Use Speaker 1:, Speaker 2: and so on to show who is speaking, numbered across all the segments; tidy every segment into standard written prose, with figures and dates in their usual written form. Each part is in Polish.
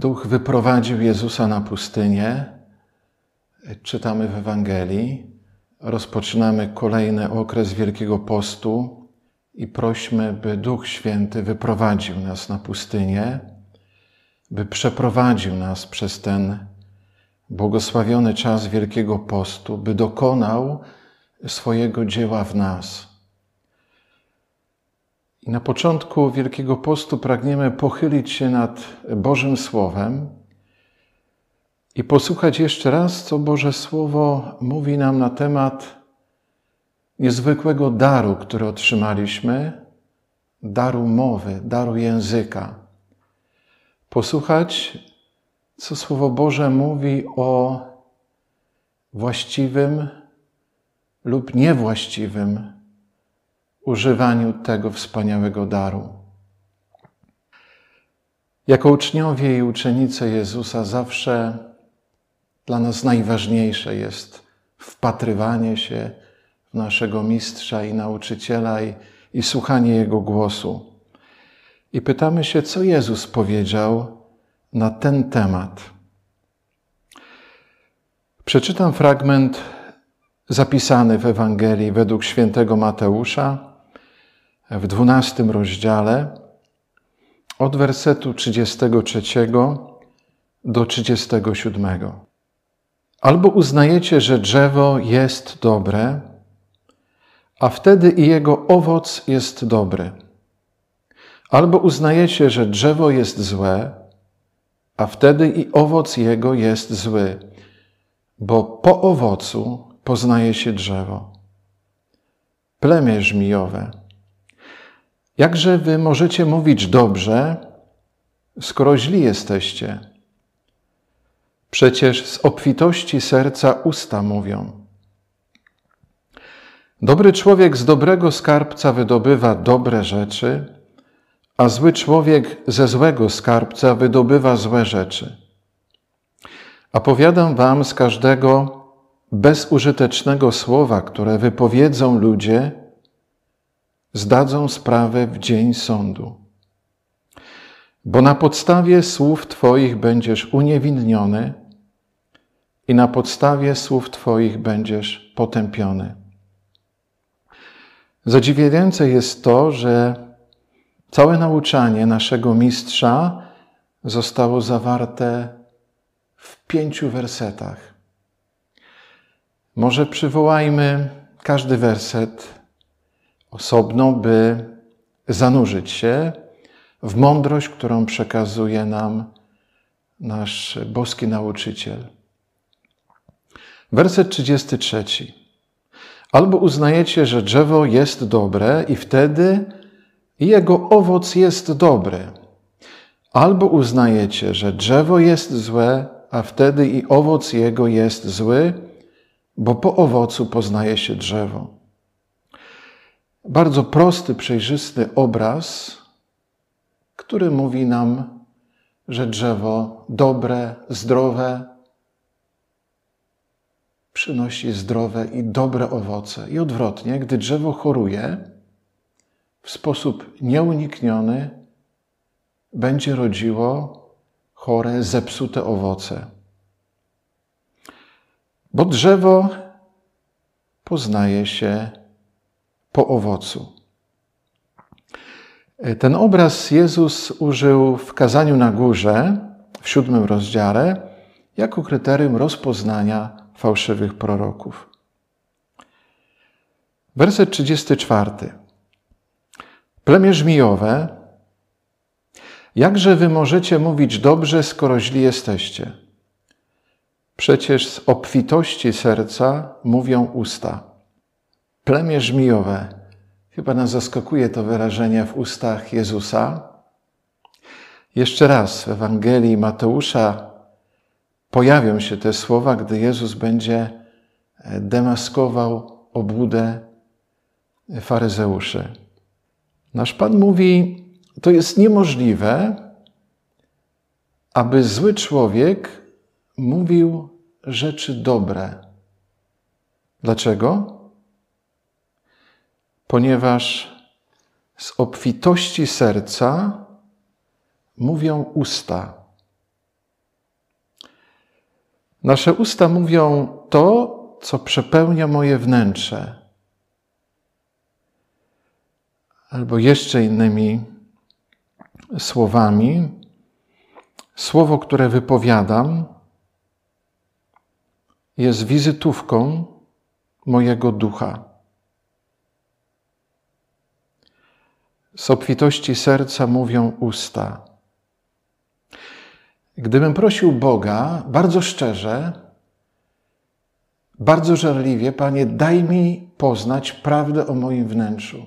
Speaker 1: Duch wyprowadził Jezusa na pustynię. Czytamy w Ewangelii. Rozpoczynamy kolejny okres Wielkiego Postu i prośmy, by Duch Święty wyprowadził nas na pustynię, by przeprowadził nas przez ten błogosławiony czas Wielkiego Postu, by dokonał swojego dzieła w nas. I na początku Wielkiego Postu pragniemy pochylić się nad Bożym Słowem i posłuchać jeszcze raz, co Boże Słowo mówi nam na temat niezwykłego daru, który otrzymaliśmy, daru mowy, daru języka. Posłuchać, co Słowo Boże mówi o właściwym lub niewłaściwym używaniu tego wspaniałego daru. Jako uczniowie i uczennice Jezusa zawsze dla nas najważniejsze jest wpatrywanie się w naszego Mistrza i Nauczyciela i słuchanie Jego głosu. I pytamy się, co Jezus powiedział na ten temat. Przeczytam fragment zapisany w Ewangelii według świętego Mateusza w 12 rozdziale od wersetu 33 do 37. Albo uznajecie, że drzewo jest dobre, a wtedy i jego owoc jest dobry. Albo uznajecie, że drzewo jest złe, a wtedy i owoc jego jest zły, bo po owocu poznaje się drzewo. Plemię żmijowe. Jakże wy możecie mówić dobrze, skoro źli jesteście? Przecież z obfitości serca usta mówią. Dobry człowiek z dobrego skarbca wydobywa dobre rzeczy, a zły człowiek ze złego skarbca wydobywa złe rzeczy. A powiadam wam, z każdego bezużytecznego słowa, które wypowiedzą ludzie, zdadzą sprawę w dzień sądu. Bo na podstawie słów Twoich będziesz uniewinniony i na podstawie słów Twoich będziesz potępiony. Zadziwiające jest to, że całe nauczanie naszego Mistrza zostało zawarte w 5 wersetach. Może przywołajmy każdy werset osobno, by zanurzyć się w mądrość, którą przekazuje nam nasz boski nauczyciel. Werset 33. Albo uznajecie, że drzewo jest dobre i wtedy i jego owoc jest dobry. Albo uznajecie, że drzewo jest złe, a wtedy i owoc jego jest zły, bo po owocu poznaje się drzewo. Bardzo prosty, przejrzysty obraz, który mówi nam, że drzewo dobre, zdrowe przynosi zdrowe i dobre owoce. I odwrotnie, gdy drzewo choruje, w sposób nieunikniony będzie rodziło chore, zepsute owoce. Bo drzewo poznaje się po owocu. Ten obraz Jezus użył w kazaniu na górze, w 7 rozdziale, jako kryterium rozpoznania fałszywych proroków. Werset 34. Plemię żmijowe. Jakże wy możecie mówić dobrze, skoro źli jesteście? Przecież z obfitości serca mówią usta. Plemię żmijowe. Chyba nas zaskakuje to wyrażenie w ustach Jezusa. Jeszcze raz w Ewangelii Mateusza pojawią się te słowa, gdy Jezus będzie demaskował obłudę faryzeuszy. Nasz Pan mówi, to jest niemożliwe, aby zły człowiek mówił rzeczy dobre. Dlaczego? Ponieważ z obfitości serca mówią usta. Nasze usta mówią to, co przepełnia moje wnętrze. Albo jeszcze innymi słowami, słowo, które wypowiadam, jest wizytówką mojego ducha. Z obfitości serca mówią usta. Gdybym prosił Boga bardzo szczerze, bardzo żarliwie, Panie, daj mi poznać prawdę o moim wnętrzu.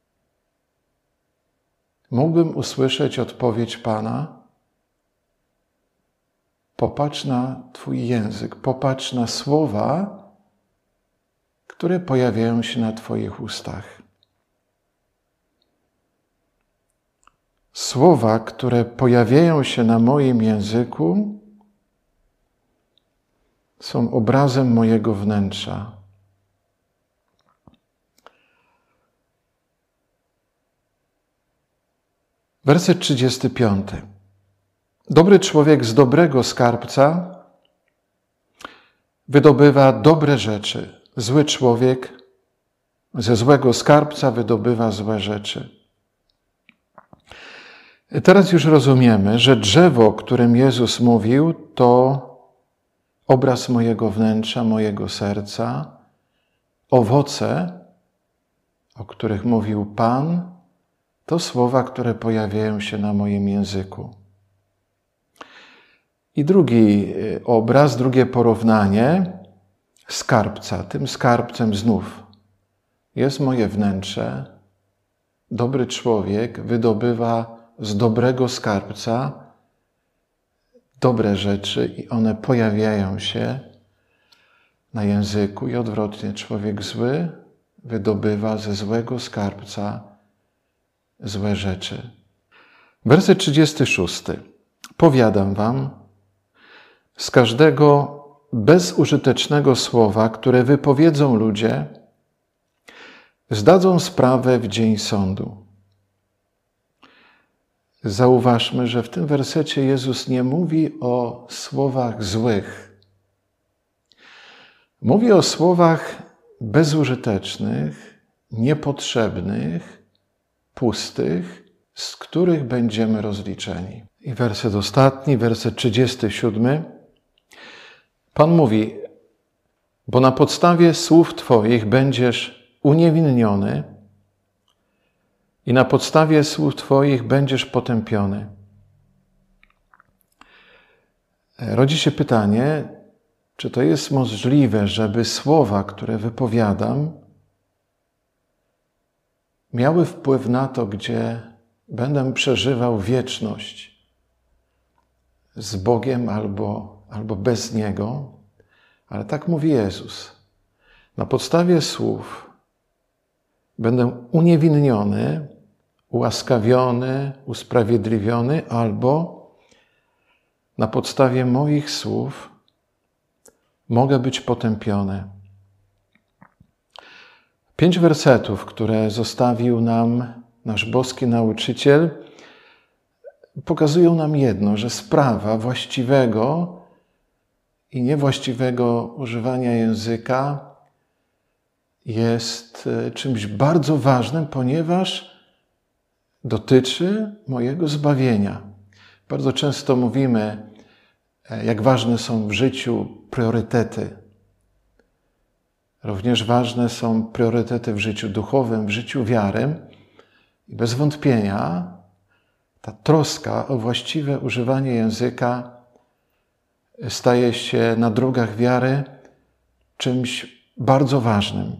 Speaker 1: Mógłbym usłyszeć odpowiedź Pana: popatrz na Twój język, popatrz na słowa, które pojawiają się na Twoich ustach. Słowa, które pojawiają się na moim języku, są obrazem mojego wnętrza. Werset 35. Dobry człowiek z dobrego skarbca wydobywa dobre rzeczy. Zły człowiek ze złego skarbca wydobywa złe rzeczy. Teraz już rozumiemy, że drzewo, o którym Jezus mówił, to obraz mojego wnętrza, mojego serca. Owoce, o których mówił Pan, to słowa, które pojawiają się na moim języku. I drugi obraz, drugie porównanie skarbca. Tym skarbcem znów jest moje wnętrze. Dobry człowiek wydobywa z dobrego skarbca dobre rzeczy i one pojawiają się na języku i odwrotnie. Człowiek zły wydobywa ze złego skarbca złe rzeczy. Werset 36. Powiadam wam, z każdego bezużytecznego słowa, które wypowiedzą ludzie, zdadzą sprawę w dzień sądu. Zauważmy, że w tym wersecie Jezus nie mówi o słowach złych. Mówi o słowach bezużytecznych, niepotrzebnych, pustych, z których będziemy rozliczeni. I werset ostatni, werset 37. Pan mówi, bo na podstawie słów Twoich będziesz uniewinniony i na podstawie słów Twoich będziesz potępiony. Rodzi się pytanie, czy to jest możliwe, żeby słowa, które wypowiadam, miały wpływ na to, gdzie będę przeżywał wieczność z Bogiem albo bez Niego. Ale tak mówi Jezus. Na podstawie słów będę uniewinniony, ułaskawiony, usprawiedliwiony, albo na podstawie moich słów mogę być potępiony. 5 wersetów, które zostawił nam nasz boski nauczyciel, pokazują nam jedno, że sprawa właściwego i niewłaściwego używania języka jest czymś bardzo ważnym, ponieważ dotyczy mojego zbawienia. Bardzo często mówimy, jak ważne są w życiu priorytety. Również ważne są priorytety w życiu duchowym, w życiu wiary. I bez wątpienia ta troska o właściwe używanie języka staje się na drogach wiary czymś bardzo ważnym.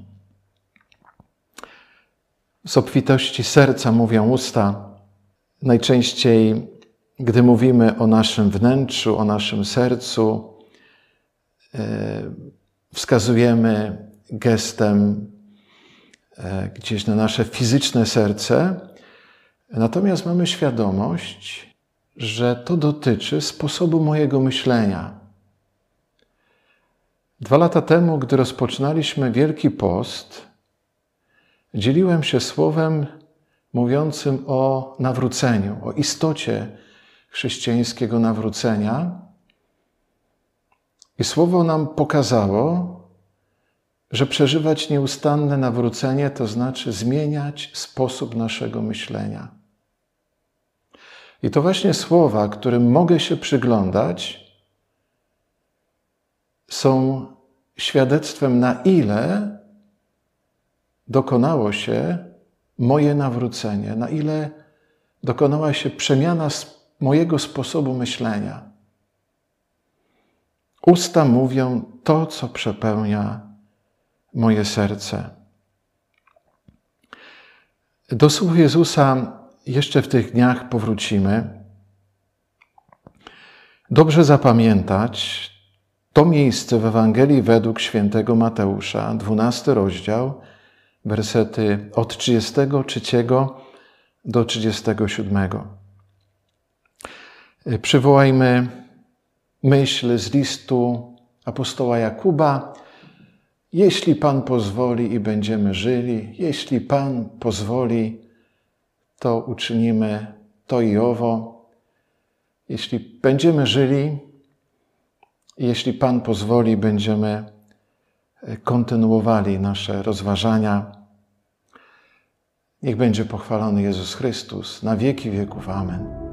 Speaker 1: Z obfitości serca mówią usta. Najczęściej, gdy mówimy o naszym wnętrzu, o naszym sercu, wskazujemy gestem gdzieś na nasze fizyczne serce. Natomiast mamy świadomość, że to dotyczy sposobu mojego myślenia. 2 lata temu, gdy rozpoczynaliśmy Wielki Post, dzieliłem się słowem mówiącym o nawróceniu, o istocie chrześcijańskiego nawrócenia. I Słowo nam pokazało, że przeżywać nieustanne nawrócenie to znaczy zmieniać sposób naszego myślenia. I to właśnie słowa, którym mogę się przyglądać, są świadectwem, na ile dokonało się moje nawrócenie, na ile dokonała się przemiana mojego sposobu myślenia. Usta mówią to, co przepełnia moje serce. Do słów Jezusa jeszcze w tych dniach powrócimy. Dobrze zapamiętać to miejsce w Ewangelii według świętego Mateusza, 12 rozdział, wersety od 33 do 37. Przywołajmy myśl z listu apostoła Jakuba. Jeśli Pan pozwoli i będziemy żyli, jeśli Pan pozwoli, to uczynimy to i owo. Jeśli będziemy żyli, jeśli Pan pozwoli, będziemy kontynuowali nasze rozważania. Niech będzie pochwalony Jezus Chrystus na wieki wieków. Amen.